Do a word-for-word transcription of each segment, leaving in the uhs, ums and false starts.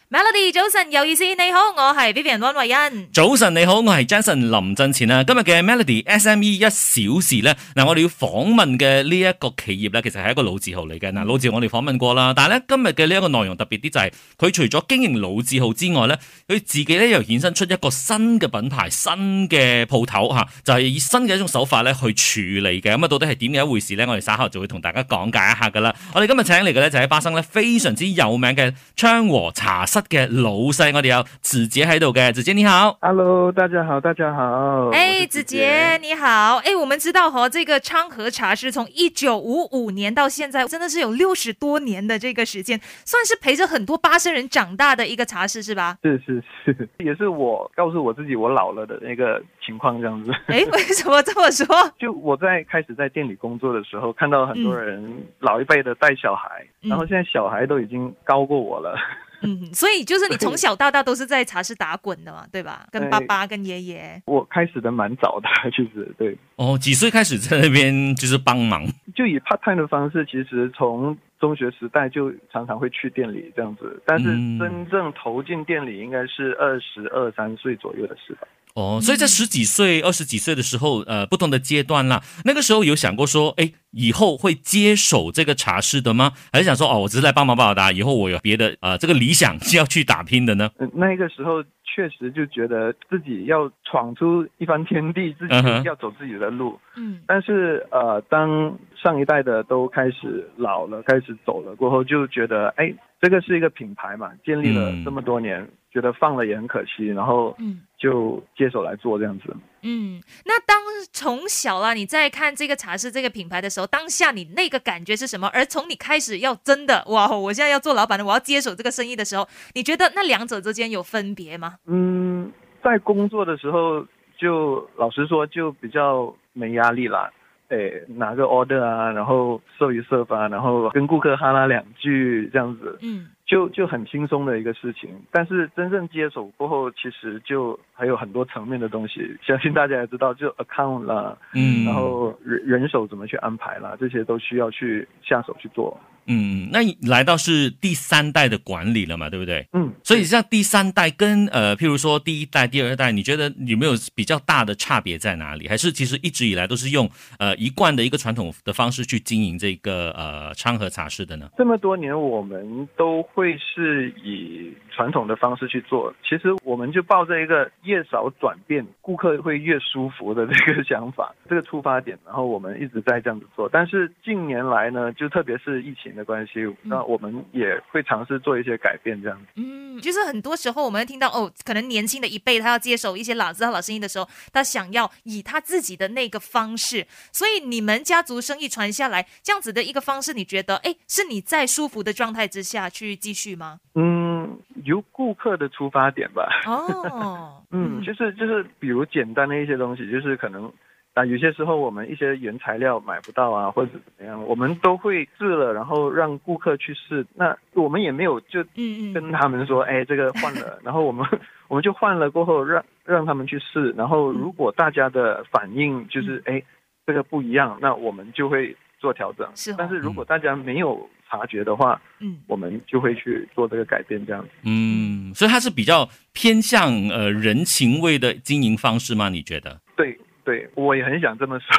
Melody 早晨有意思，你好，我係 Vivian 溫慧欣。 早晨你好，我係 Jason 林振前啊。今日嘅 Melody S M E 一小時咧，嗱我哋要訪問嘅呢一個企業咧，其實係一個老字號嚟嘅。嗱老字號我哋訪問過啦，但係咧今日嘅呢一個內容特別啲就係，佢除咗經營老字號之外咧，佢自己咧又衍生出一個新嘅品牌、新嘅鋪頭吓，就係以新嘅一種手法咧去處理嘅。咁啊到底係點嘅一回事咧？我哋稍後就會同大家講解一下噶啦。我哋今日請嚟嘅咧就喺巴生咧非常之有名嘅昌和茶室嘅老細，我哋有子杰喺度嘅。子杰你好 ，Hello， 大家好，大家好。 哎，子杰你好。哎，我們知道和這個昌和茶室從一九五五年到現在，真的是有六十多年的這個時間，算是陪着很多巴生人長大的一個茶室，是吧？ 是是是，也是我告訴我自己我老了的那個情況，這樣子。 哎，為什麼這麼說？ 就我在開始在店裏工作的時候，看到很多人老一輩的帶小孩，嗯、然後現在小孩都已經高過我了。 嗯，所以就是你從小到大都是在茶室打滾的嘛，對吧？跟爸爸、跟爺爺。 我開始的蠻早的，其實對。 哦，幾歲開始在那邊就是幫忙？ 就以 part time 的方式，其實從中學時代就常常會去店裏這樣子，但是真正投進店裏應該是二十二三歲左右的事吧。 哦，所以在十幾歲、二十幾歲的時候，呃，不同的階段啦，那個時候有想過說，誒，以後會接手這個茶室的嗎？還是想說，哦，我只是來幫忙報答，以後我有別的，呃，這個理想是要去打拼的呢？ 那個時候確實就覺得自己要闖出一番天地，自己要走自己的路。嗯，但是，呃，當上一代的都開始老了，開始走了過後，就覺得，誒，這個是一個品牌嘛，建立了這麼多年，嗯、覺得放了也很可惜，然後，嗯。就接手來做這樣子。 嗯，那當從小啦，你在看這個茶室這個品牌的時候，當下你那個感覺是什麼？而從你開始要真的哇，我現在要做老闆的，我要接手這個生意的時候，你覺得那兩者之間有分別嗎？ 嗯，在工作的時候，就老實說就比較沒壓力啦。誒，拿個 order 啊，然後 serve 一 serve 啊，然後跟顧客哈拉兩句，這樣子，嗯，就就很輕鬆的一個事情。但是真正接手過後，其實就還有很多層面的東西，相信大家也知道，就 account 啦，嗯，然後人人手怎麼去安排啦，這些都需要去下手去做。 嗯，那你來到是第三代的管理了嘛，對不對？ 嗯， 所以像第三代跟呃，譬如說第一代、第二代，你覺得有沒有比較大的差別在哪裡？還是其實一直以來都是用呃一貫的一個傳統的方式去經營這個呃昌和茶室的呢？ 這麼多年，我們都會是以傳統的方式去做。其實我們就抱着一個越少轉變，顧客會越舒服的這個想法，這個出發點，然後我們一直在這樣子做。但是近年來呢，就特別是疫情的關係，那我們也會嘗試做一些改變，這樣子。 嗯，就是很多時候我們聽到哦，可能年輕的一輩他要接手一些老字號老生意的時候，他想要以他自己的那個方式，所以你們家族生意傳下來這樣子的一個方式，你覺得誒，是你在舒服的狀態之下去繼續嗎？ 嗯，由顧客的出發點吧。 哦， 嗯，就是就是，比如簡單的一些東西，就是可能。啊，有些時候我們一些原材料買不到啊，或者怎麼樣，我們都會試了，然後讓顧客去試。那我們也沒有就跟他們說，哎，這個換了，然後我們我們就換了過後，讓讓他們去試。然後如果大家的反應就是，哎，這個不一樣，那我們就會做調整。是，但是如果大家沒有察覺的話，嗯，我們就會去做這個改變，這樣子。嗯， 所以它是比較偏向呃人情味的經營方式嗎？你覺得？ 對。對，我也很想這麼說。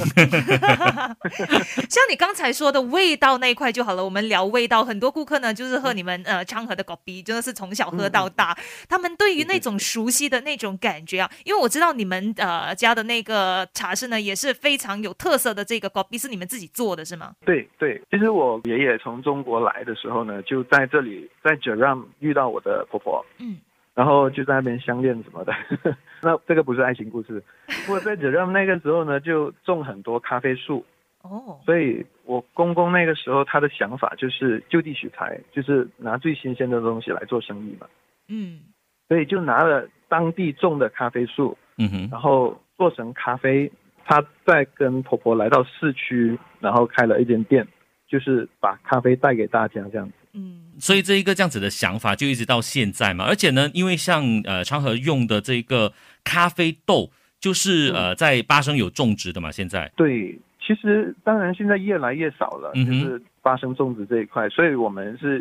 像你剛才說的味道那一塊就好了，我們聊味道。很多顧客呢，就是喝你們呃昌和的咖啡，真的是從小喝到大。嗯、他們對於那種熟悉的那種感覺啊，因為我知道你們呃家的那個茶室呢，也是非常有特色的。這個咖啡是你們自己做的，是嗎？ 對對，其實我爺爺從中國來的時候呢，就在這裡在 Jeram 遇到我的婆婆。嗯。然後就在那邊相戀什麼的，那這個不是愛情故事。不過在 Jeram 那個時候呢，就種很多咖啡樹。哦。所以我公公那個時候他的想法就是就地取材，就是拿最新鮮的東西來做生意嘛。嗯。所以就拿了當地種的咖啡樹，嗯哼，然後做成咖啡。他再跟婆婆來到市區，然後開了一間店，就是把咖啡帶給大家這樣子。 嗯。所以這一個這樣子的想法就一直到現在嘛，而且呢，因為像呃昌和用的這個咖啡豆，就是呃在巴生有種植的嘛，現在。 對，其實當然現在越來越少了，嗯、就是巴生種植這一塊，所以我們是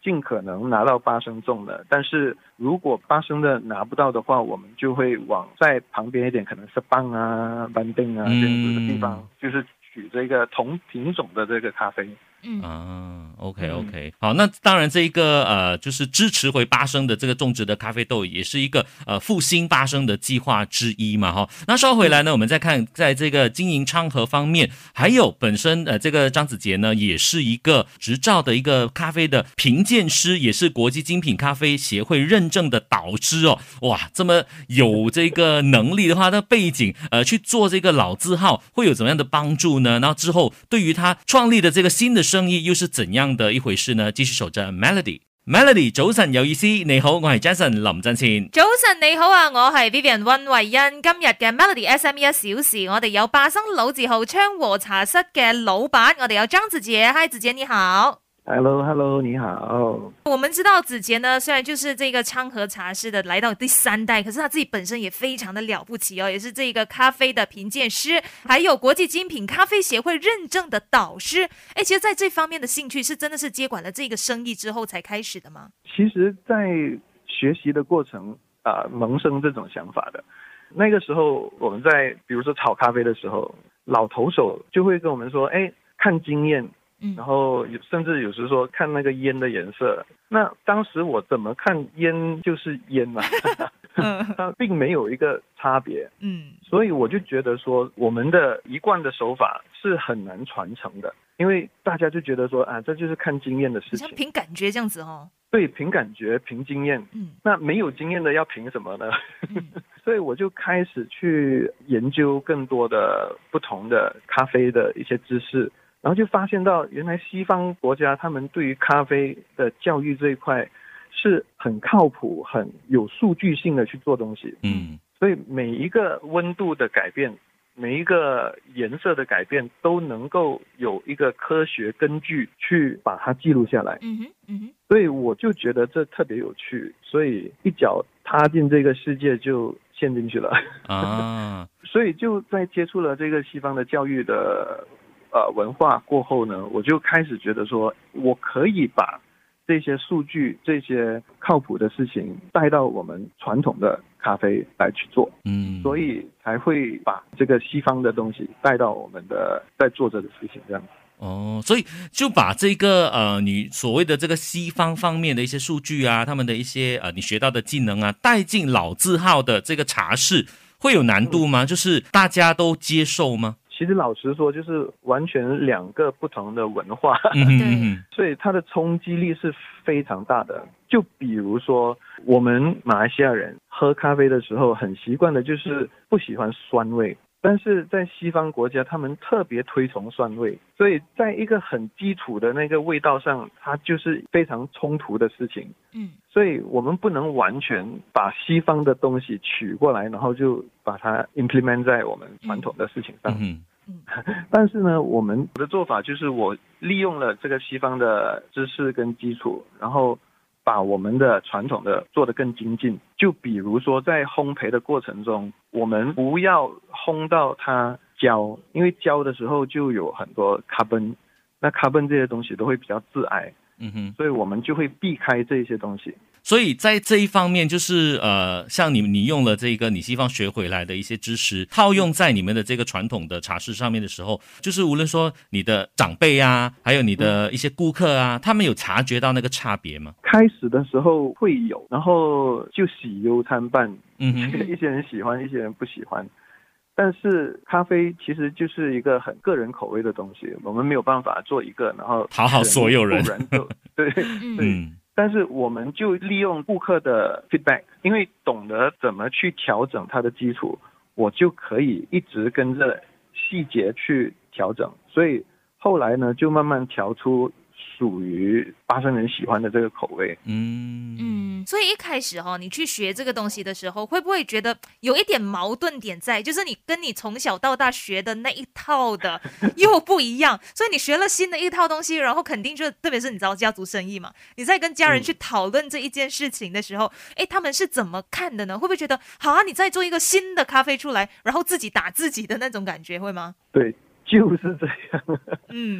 尽可能拿到八升重的，但是如果八升的拿不到的话，我们就会往在旁边一点，可能是棒啊、班定啊这样子的地方，嗯、就是取这个同品种的这个咖啡。 嗯啊 ，OK OK，、嗯、好，那当然这一个呃，就是支持回八升的这个种植的咖啡豆，也是一个呃复兴八升的计划之一嘛，哈。那稍回来呢，我们再看在这个经营昌河方面，还有本身呃这个张子杰呢，也是一个执照的一个咖啡的评鉴师，也是国际精品咖啡协会认证的导师哦。哇，这么有这个能力的话，那背景呃去做这个老字号会有怎么样的帮助呢？然后之后对于他创立的这个新的生意又是怎樣的一回事呢？繼續守着 Melody。Melody 早晨有意思，你好，我係 Jason 林振前。 早晨你好啊，我係 Vivian 溫慧欣。今日嘅 Melody S M E 一小時，我哋有巴生老字號昌和茶室嘅老闆，我哋有張子杰。嗨，子杰你好。 Hello Hello 你好。 我们知道子杰呢，虽然就是这个昌和茶室的来到第三代，可是他自己本身也非常的了不起哦，也是这个咖啡的评鉴师，还有国际精品咖啡协会认证的导师。哎，其实在这方面的兴趣是真的是接管了这个生意之后才开始的吗？ 其实在学习的过程啊、呃，萌生这种想法的。那个时候我们在比如说炒咖啡的时候，老投手就会跟我们说，哎，看经验，然后甚至有时说看那个烟的颜色，那当时我怎么看烟就是烟嘛，它并没有一个差别，嗯，所以我就觉得说我们的一贯的手法是很难传承的，因为大家就觉得说啊，这就是看经验的事情， 像凭感觉这样子哦。 对，凭感觉，凭经验，嗯，那没有经验的要凭什么呢？嗯、所以我就开始去研究更多的不同的咖啡的一些知识。然后就发现到原来西方国家他们对于咖啡的教育这一块是很靠谱很有数据性的去做东西，嗯，所以每一个温度的改变，每一个颜色的改变都能够有一个科学根据去把它记录下来，嗯哼嗯哼，所以我就觉得这特别有趣，所以一脚踏进这个世界就陷进去了啊，所以就在接触了这个西方的教育的呃，文化过后呢，我就开始觉得说，我可以把这些数据、这些靠谱的事情带到我们传统的咖啡来去做，嗯，所以才会把这个西方的东西带到我们的在做这个事情这样子。 哦，所以就把这个呃，你所谓的这个西方方面的一些数据啊，他们的一些呃，你学到的技能啊，带进老字号的这个茶室，会有难度吗？嗯、就是大家都接受吗？ 其实老实说，就是完全两个不同的文化， 嗯、 所以它的冲击力是非常大的。就比如说，我们马来西亚人喝咖啡的时候，很习惯的就是不喜欢酸味，但是在西方国家，他们特别推崇酸味，所以在一个很基础的那个味道上，它就是非常衝突的事情。嗯，所以我们不能完全把西方的东西取过来，然后就把它 implement 在我们传统的事情上。嗯嗯，但是呢，我们的做法就是我利用了这个西方的知识跟基础，然后把我们的传统的做得更精进。就比如说在烘焙的过程中，我们不要烘到它焦，因为焦的时候就有很多 carbon， 那 carbon 这些东西都会比较致癌，嗯哼，所以我们就会避开这些东西。 所以在这一方面，就是呃，像你你用了这个你西方学回来的一些知识，套用在你们的这个传统的茶室上面的时候，就是无论说你的长辈啊，还有你的一些顾客啊，他们有察觉到那个差别吗？ 开始的时候会有，然后就喜忧参半，嗯哼，一些人喜欢，一些人不喜欢。但是咖啡其实就是一个很个人口味的东西，我们没有办法做一个然后讨好所有人， 对对。嗯，但是我们就利用顾客的 feedback， 因为懂得怎么去调整它的基础，我就可以一直跟着细节去调整，所以后来呢就慢慢调出属于巴生人喜欢的这个口味。 嗯嗯，所以一开始哈、哦，你去学这个东西的时候，会不会觉得有一点矛盾点在，就是你跟你从小到大学的那一套的又不一样，所以你学了新的一套东西，然后肯定就特别是你知道家族生意嘛，你在跟家人去讨论这一件事情的时候，哎、嗯，他们是怎么看的呢？会不会觉得好啊，你再做一个新的咖啡出来，然后自己打自己的那种感觉，会吗？ 对。就是这样，嗯，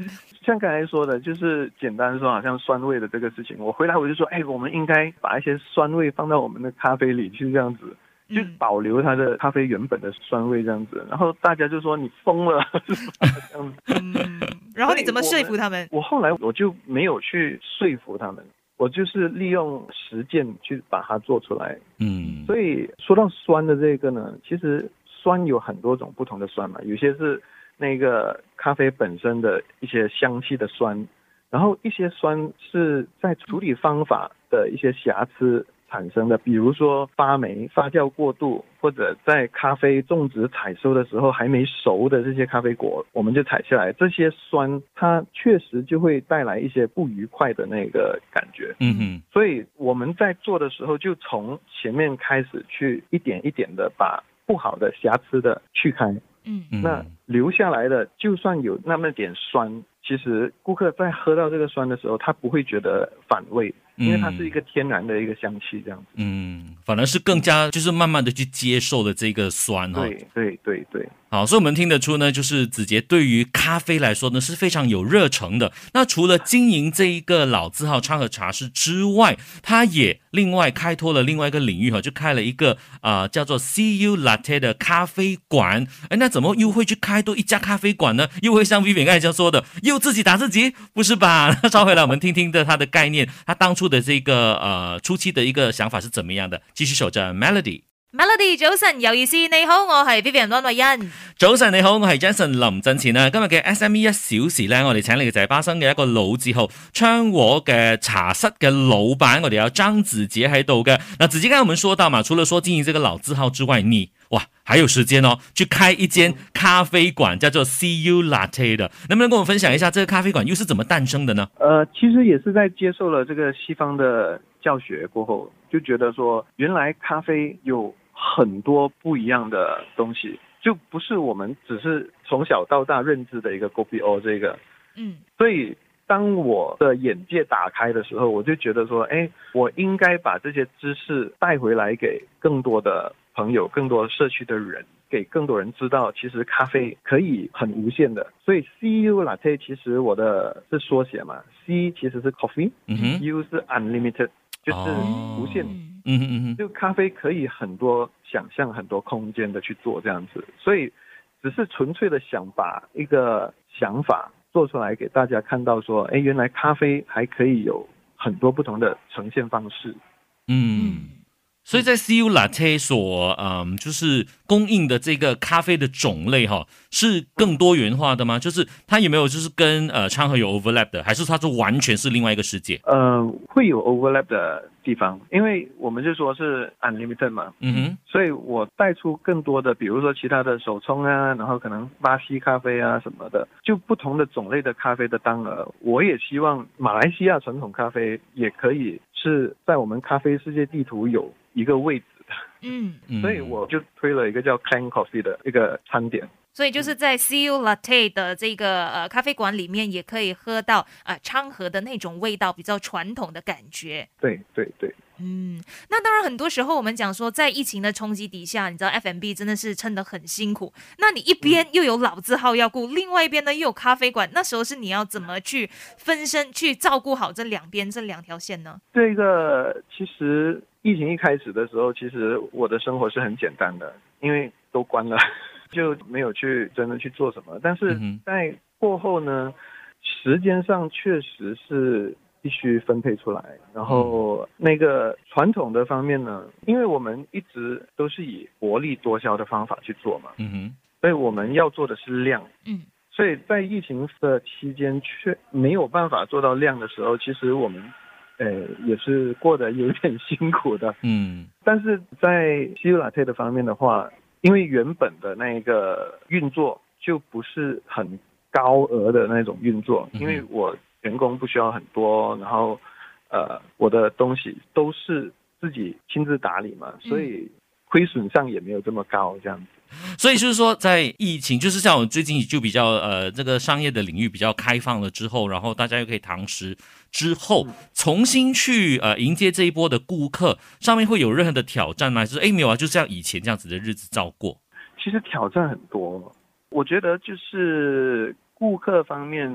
像刚才说的，就是简单说，好像酸味的这个事情，我回来我就说，哎，我们应该把一些酸味放到我们的咖啡里去，这样子。就保留它的咖啡原本的酸味这样子，然后大家就说你疯了，是吧？这样子。 嗯，然后你怎么说服他们？ 我, 我后来我就没有去说服他们，我就是利用实践去把它做出来。 嗯， 所以说到酸的这个呢，其实酸有很多种不同的酸嘛，有些是那个咖啡本身的一些香气的酸，然后一些酸是在处理方法的一些瑕疵产生的，比如说发霉、发酵过度，或者在咖啡种植采收的时候还没熟的这些咖啡果，我们就采下来，这些酸它确实就会带来一些不愉快的那个感觉。 嗯哼， 所以我们在做的时候，就从前面开始去一点一点的把不好的瑕疵的去开。 嗯， 那留下来的就算有那么点酸，其实顾客在喝到这个酸的时候，他不会觉得反胃，因为它是一个天然的一个香气这样子。 嗯，反而是更加就是慢慢的去接受了这个酸哈。 对对对对。 好，所以我们听得出呢，就是子杰对于咖啡来说呢是非常有热忱的。那除了经营这一个老字号昌和茶室之外，他也另外开拓了另外一个领域哈，就开了一个啊、呃、叫做 C U Latte 的咖啡馆。哎，那怎么又会去开多一家咖啡馆呢？又会像 Vivian 刚才这样说的，又自己打自己？不是吧？那稍回来我们听听的他的概念，他当初的这个呃初期的一个想法是怎么样的？继續守着 Melody。Melody 早晨有意思，你好，我係 Vivian 溫慧欣。 早晨你好，我係 Jason 林振前啊。今日嘅 S M E 一小時咧，我哋請嚟嘅就係巴生嘅一個老字號昌和嘅茶室嘅老闆，我哋有張子杰喺度嘅。那子杰剛才我們說到嘛，除了說經營這個老字號之外，你哇還有時間哦，去開一間咖啡館，叫做 C U Latte 的，能不能跟我們分享一下這個咖啡館又是怎麼誕生的呢？ 呃，其實也是在接受了這個西方的教學過後，就覺得說原來咖啡有很多不一樣的東西，就不是我們只是從小到大認知的一個 Kopi O 這個，嗯，所以當我的眼界打開的時候，我就覺得說，哎，我應該把這些知識帶回來給更多的朋友，更多社區的人，給更多人知道，其實咖啡可以很無限的。所以 C U Latte 其實我的是縮寫嘛 ，C 其實是 Coffee，嗯哼 U 是 Unlimited， 就是無限。哦嗯嗯嗯，就咖啡可以很多想象很多空間的去做這樣子，所以只是純粹的想把一個想法做出來給大家看到說，哎，原來咖啡還可以有很多不同的呈現方式。 嗯，所以在 C U Latte 所嗯就是供應的這個咖啡的種類哈，是更多元化的嗎？就是它有沒有就是跟呃昌和有 overlap 的，還是它就完全是另外一個世界？呃， 會有 overlap 的地方，因為我們就說是 unlimited 嘛，嗯哼，所以我帶出更多的，比如說其他的手沖啊，然後可能巴西咖啡啊什麼的，就不同的種類的咖啡的當兒，我也希望馬來西亞傳統咖啡也可以是在我們咖啡世界地圖有一個位置的，嗯，所以我就推了一個叫 Clang Coffee 的一個餐點。 所以就是在 C U Latte 的這個呃咖啡館裡面，也可以喝到呃昌和的那種味道，比較傳統的感覺。 對對對。 嗯，那當然很多時候我們講說，在疫情的衝擊底下，你知道 F and B 真的是撐得很辛苦。那你一邊又有老字號要顧，嗯、另外一邊呢又有咖啡館，那時候是你要怎麼去分身去照顧好這兩邊這兩條線呢？ 這個其實疫情一開始的時候，其實我的生活是很簡單的，因為都關了。就沒有去真的去做什麼，但是在過後呢，時間上確實是必須分配出來。然後那個傳統的方面呢，因為我們一直都是以薄利多銷的方法去做嘛，嗯哼，所以我們要做的是量，嗯，所以在疫情的期間卻沒有辦法做到量的時候，其實我們誒也是過得有點辛苦的，嗯，但是在 C U Latte 的方面的話，因為原本的那個運作就不是很高額的那種運作，因為我員工不需要很多，然後呃我的東西都是自己親自打理嘛，所以虧損上也沒有這麼高這樣子。 所以就是說在疫情，就是像我最近就比較呃這個商業的領域比較開放了之後，然後大家又可以堂食之後，重新去呃迎接這一波的顧客，上面會有任何的挑戰嗎？還是誒沒有啊，就像以前這樣子的日子照過？ 其實挑戰很多，我覺得就是顧客方面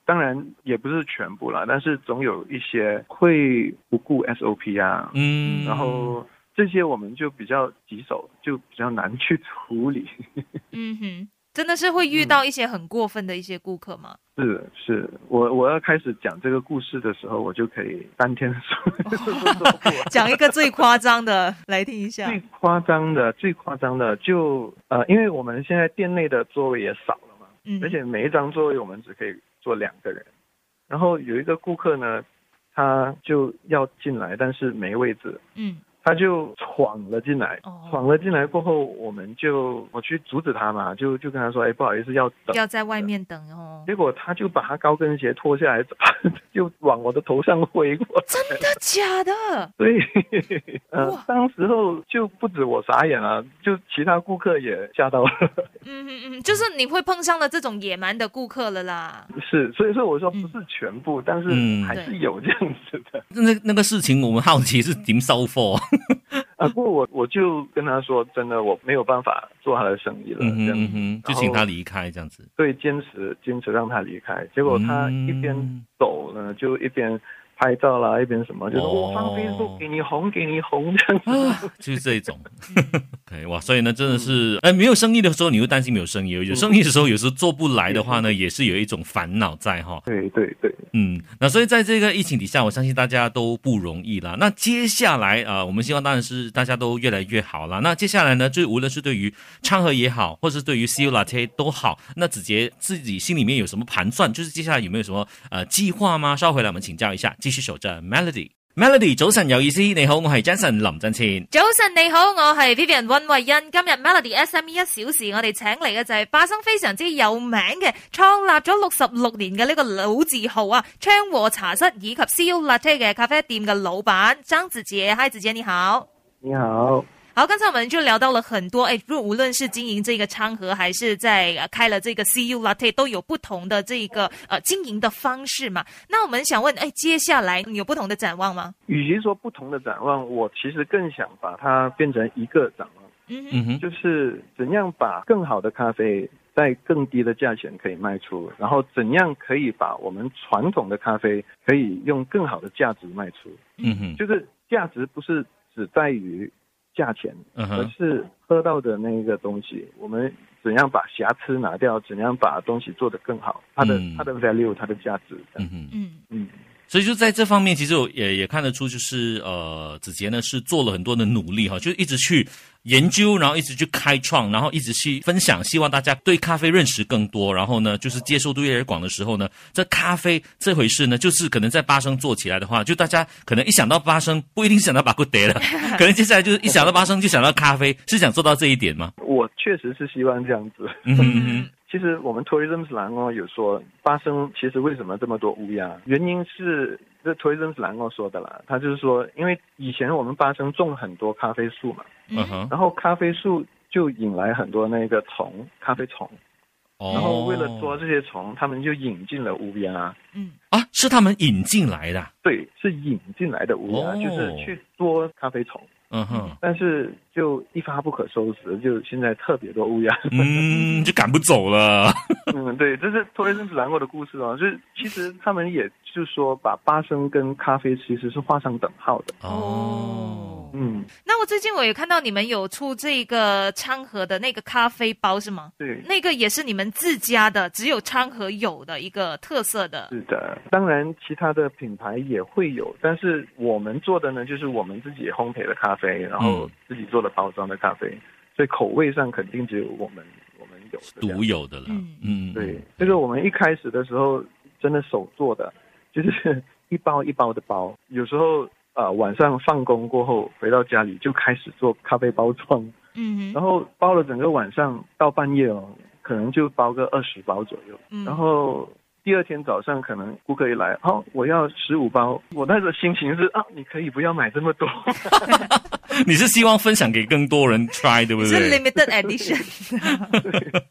当然也不是全部啦，但是总有一些会不顾 S O P 啊，嗯，然后这些我们就比较棘手，就比较难去处理。 嗯哼，真的是会遇到一些很过分的一些顾客吗？ 嗯、是是，我我要开始讲这个故事的时候，我就可以三天说讲一个最夸张的来听一下。 最夸张的，最夸张的就呃，因为我们现在店内的座位也少了嘛，嗯，而且每一张座位我们只可以坐两个人。然后有一个顾客呢，他就要进来，但是没位置，嗯。他就闯了进来，哦、闯了进来过后，我们就我去阻止他嘛，就就跟他说，哎，不好意思，要等， 要在外面等哦。 结果他就把他高跟鞋脱下来，就往我的头上挥过来。 真的假的？ 对，呃，当时候就不止我傻眼了，就其他顾客也吓到了。 嗯嗯嗯，就是你会碰上了这种野蛮的顾客了啦。 是，所以说我说不是全部，嗯、但是还是有这样子的。 那那个事情我们好奇是点收貨？ 啊，不过我我就跟他说，真的我没有办法做他的生意了，嗯这样子， 嗯、就请他离开这样子。 对，坚持坚持让他离开，结果他一边走呢，嗯、就一边拍照啦，一边什么，就是我放 Facebook 给你红，给你红这样子， 啊、就是这种。OK， 哇，所以呢，真的是，哎，没有生意的时候，你会担心没有生意；有生意的时候，有时候做不来的话呢，也是有一种烦恼在哈。 对对对， 嗯，那所以在这个疫情底下，我相信大家都不容易啦。那接下来啊、呃，我们希望当然是大家都越来越好啦。那接下来呢，就无论是对于昌河也好，或是对于 C U Latte 都好，那子杰自己心里面有什么盘算？就是接下来有没有什么呃计划嗎？稍後回來我們請教一下，繼續守着 Melody。Melody 早晨有意思，你好，我係 Jason 林振前。 早晨你好，我係 Vivian 溫慧欣。今日 Melody S M E 一小時，我哋請嚟嘅就係巴生非常之有名嘅，創立咗六十六年嘅呢個老字號啊，昌和茶室以及 C U Latte 嘅咖啡店嘅老闆張子杰。嗨，子杰你好。 你好。 好，剛才我們就聊到了很多，誒，無論是經營這個昌河，還是在開了這個 C U Latte， 都有不同的這個呃經營的方式嘛。那我們想問，誒，接下來有不同的展望嗎？ 與其說不同的展望，我其實更想把它變成一個展望。嗯哼，就是怎樣把更好的咖啡在更低的價錢可以賣出，然後怎樣可以把我們傳統的咖啡可以用更好的價值賣出。嗯哼，就是價值不是只在於價錢，而是喝到的那個東西，我們怎樣把瑕疵拿掉，怎樣把東西做得更好，它的、嗯、它的 value， 它的價值。嗯嗯嗯嗯。 所以就在這方面，其實我也也看得出，就是呃，子杰呢是做了很多的努力哈，就一直去研究，然後一直去開創，然後一直去分享，希望大家對咖啡認識更多，然後呢，就是接受度越來越廣的時候呢，這咖啡這回事呢，就是可能在巴生做起來的話，就大家可能一想到巴生，不一定想到巴古德了，可能接下來就是一想到巴生就想到咖啡，是想做到這一點嗎？ 我確實是希望這樣子。嗯哼。其實我們 Tourism Selangor 有說巴生其實為什麼這麼多烏鴉，原因是這 Tourism Selangor 說的啦，他就是說因為以前我們巴生種很多咖啡樹嘛，嗯哼，然後咖啡樹就引來很多那個蟲，咖啡蟲，哦，然後為了捉這些蟲，他們就引進了烏鴉。嗯啊，是他們引進來的？ 對，是引進來的烏鴉，哦，就是去捉咖啡蟲。嗯哼，但是就一發不可收拾，就現在特別多烏鴉， 嗯，就趕不走了。 嗯，對，這是 Tourism Selangor 的故事哦，就是其實他們也就是說把巴生跟咖啡其實是畫上等號的。 哦，嗯，那我最近我也看到你們有出這個昌河的那個咖啡包是嗎？ 對， 那個也是你們自家的，只有昌河有的一個特色的。 是的，當然其他的品牌也會有，但是我們做的呢，就是我們自己烘焙的咖啡，然後自己做的包裝的咖啡，嗯，所以口味上肯定只有我們我們有的獨有的了。嗯嗯， 對，這個我們一開始的時候真的手做的，就是一包一包的包，有時候呃晚上放工過後回到家裡就開始做咖啡包裝，嗯，然後包了整個晚上到半夜哦，可能就包個二十包左右，嗯，然後第二天早上可能顧客一來，好，哦，我要十五包，我那個心情是啊，你可以不要買這麼多。 你是希望分享給更多人 try， 對不對？ 是 limited edition。 結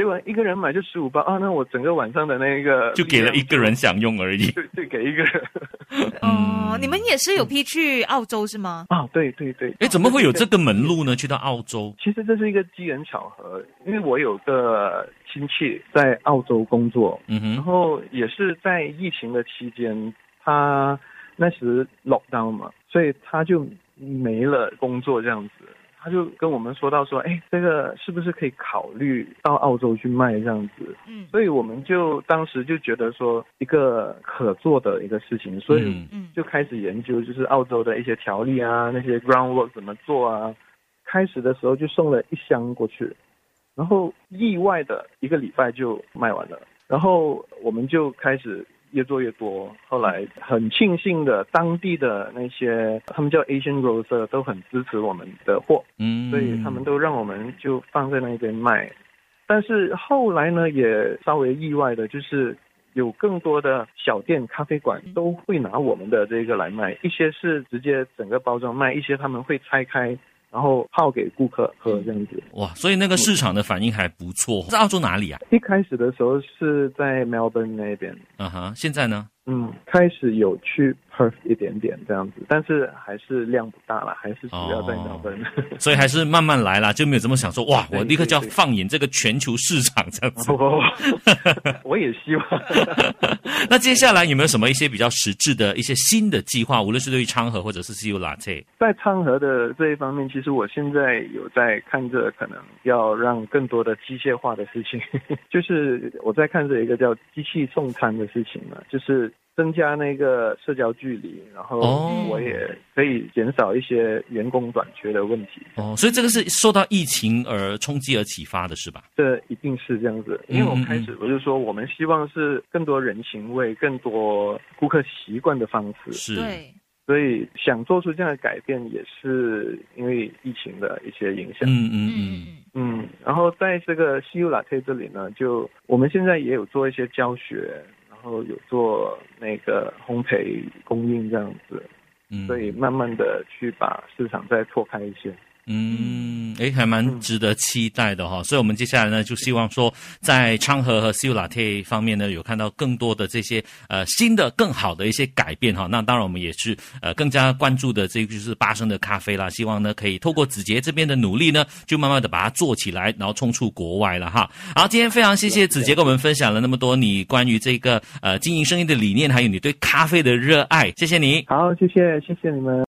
完一个人买就十五包啊，那我整个晚上的那个就给了一个人享用而已。 对对，给一个人。 哦、呃，你们也是有批去澳洲是吗？ 啊，对对对。 哎，怎么会有这个门路呢？去到澳洲？ 其实这是一个机缘巧合，因为我有个亲戚在澳洲工作，嗯哼，然后也是在疫情的期间，他那时 lockdown 嘛，所以他就没了工作这样子。他就跟我们说到说，哎，这个是不是可以考虑到澳洲去卖这样子？嗯，所以我们就当时就觉得说一个可做的一个事情，所以就开始研究，就是澳洲的一些条例啊，那些 groundwork 怎么做啊。开始的时候就送了一箱过去，然后意外的一个礼拜就卖完了，然后我们就开始越做越多，后来很庆幸的，当地的那些他们叫 Asian grocer 都很支持我们的货，嗯，所以他们都让我们就放在那边卖。但是后来呢，也稍微意外的，就是有更多的小店、咖啡馆都会拿我们的这个来卖，一些是直接整个包装卖，一些他们会拆开，然后泡给顾客喝这样子。 哇，所以那个市场的反应还不错。在澳洲哪里啊？ 一开始的时候是在 Melbourne 那边。 嗯哼，现在呢？ 嗯，开始有去 Perth 一点点这样子，但是还是量不大啦，还是主要在 Melbourne。哦、 所以还是慢慢来啦，就没有这么想说哇，我立刻就要放眼这个全球市场这样子。 哦、我也希望。 那接下来有没有什么一些比较实质的一些新的计划，无论是对于昌河或者是 C U Latte？ 在昌河的这一方面，其实我现在有在看着可能要让更多的机械化的事情，就是我在看着一个叫机器送餐的事情嘛，就是增加那个社交距离，然后我也可以减少一些员工短缺的问题。 哦，所以这个是受到疫情而冲击而启发的是吧？ 这一定是这样子，因为我开始我就说我们希望是更多人情味，更多顾客习惯的方式。 是。 对。 所以想做出这样的改变，也是因为疫情的一些影响。 嗯嗯嗯嗯。然后在这个 C U Latte 这里呢，就我们现在也有做一些教学，然后有做那个烘焙供应这样子，嗯，所以慢慢的去把市场再拓开一些。 嗯，诶，还蛮值得期待的哈、哦。所以我们接下来呢，就希望说，在昌河和 C U Latte 方面呢，有看到更多的这些呃新的、更好的一些改变哈。那当然，我们也是呃更加关注的这个就是巴生的咖啡啦。希望呢，可以透过子杰这边的努力呢，就慢慢的把它做起来，然后冲出国外了哈。好，今天非常谢谢子杰跟我们分享了那么多你关于这个呃经营生意的理念，还有你对咖啡的热爱，谢谢你。 好，谢谢，谢谢你们。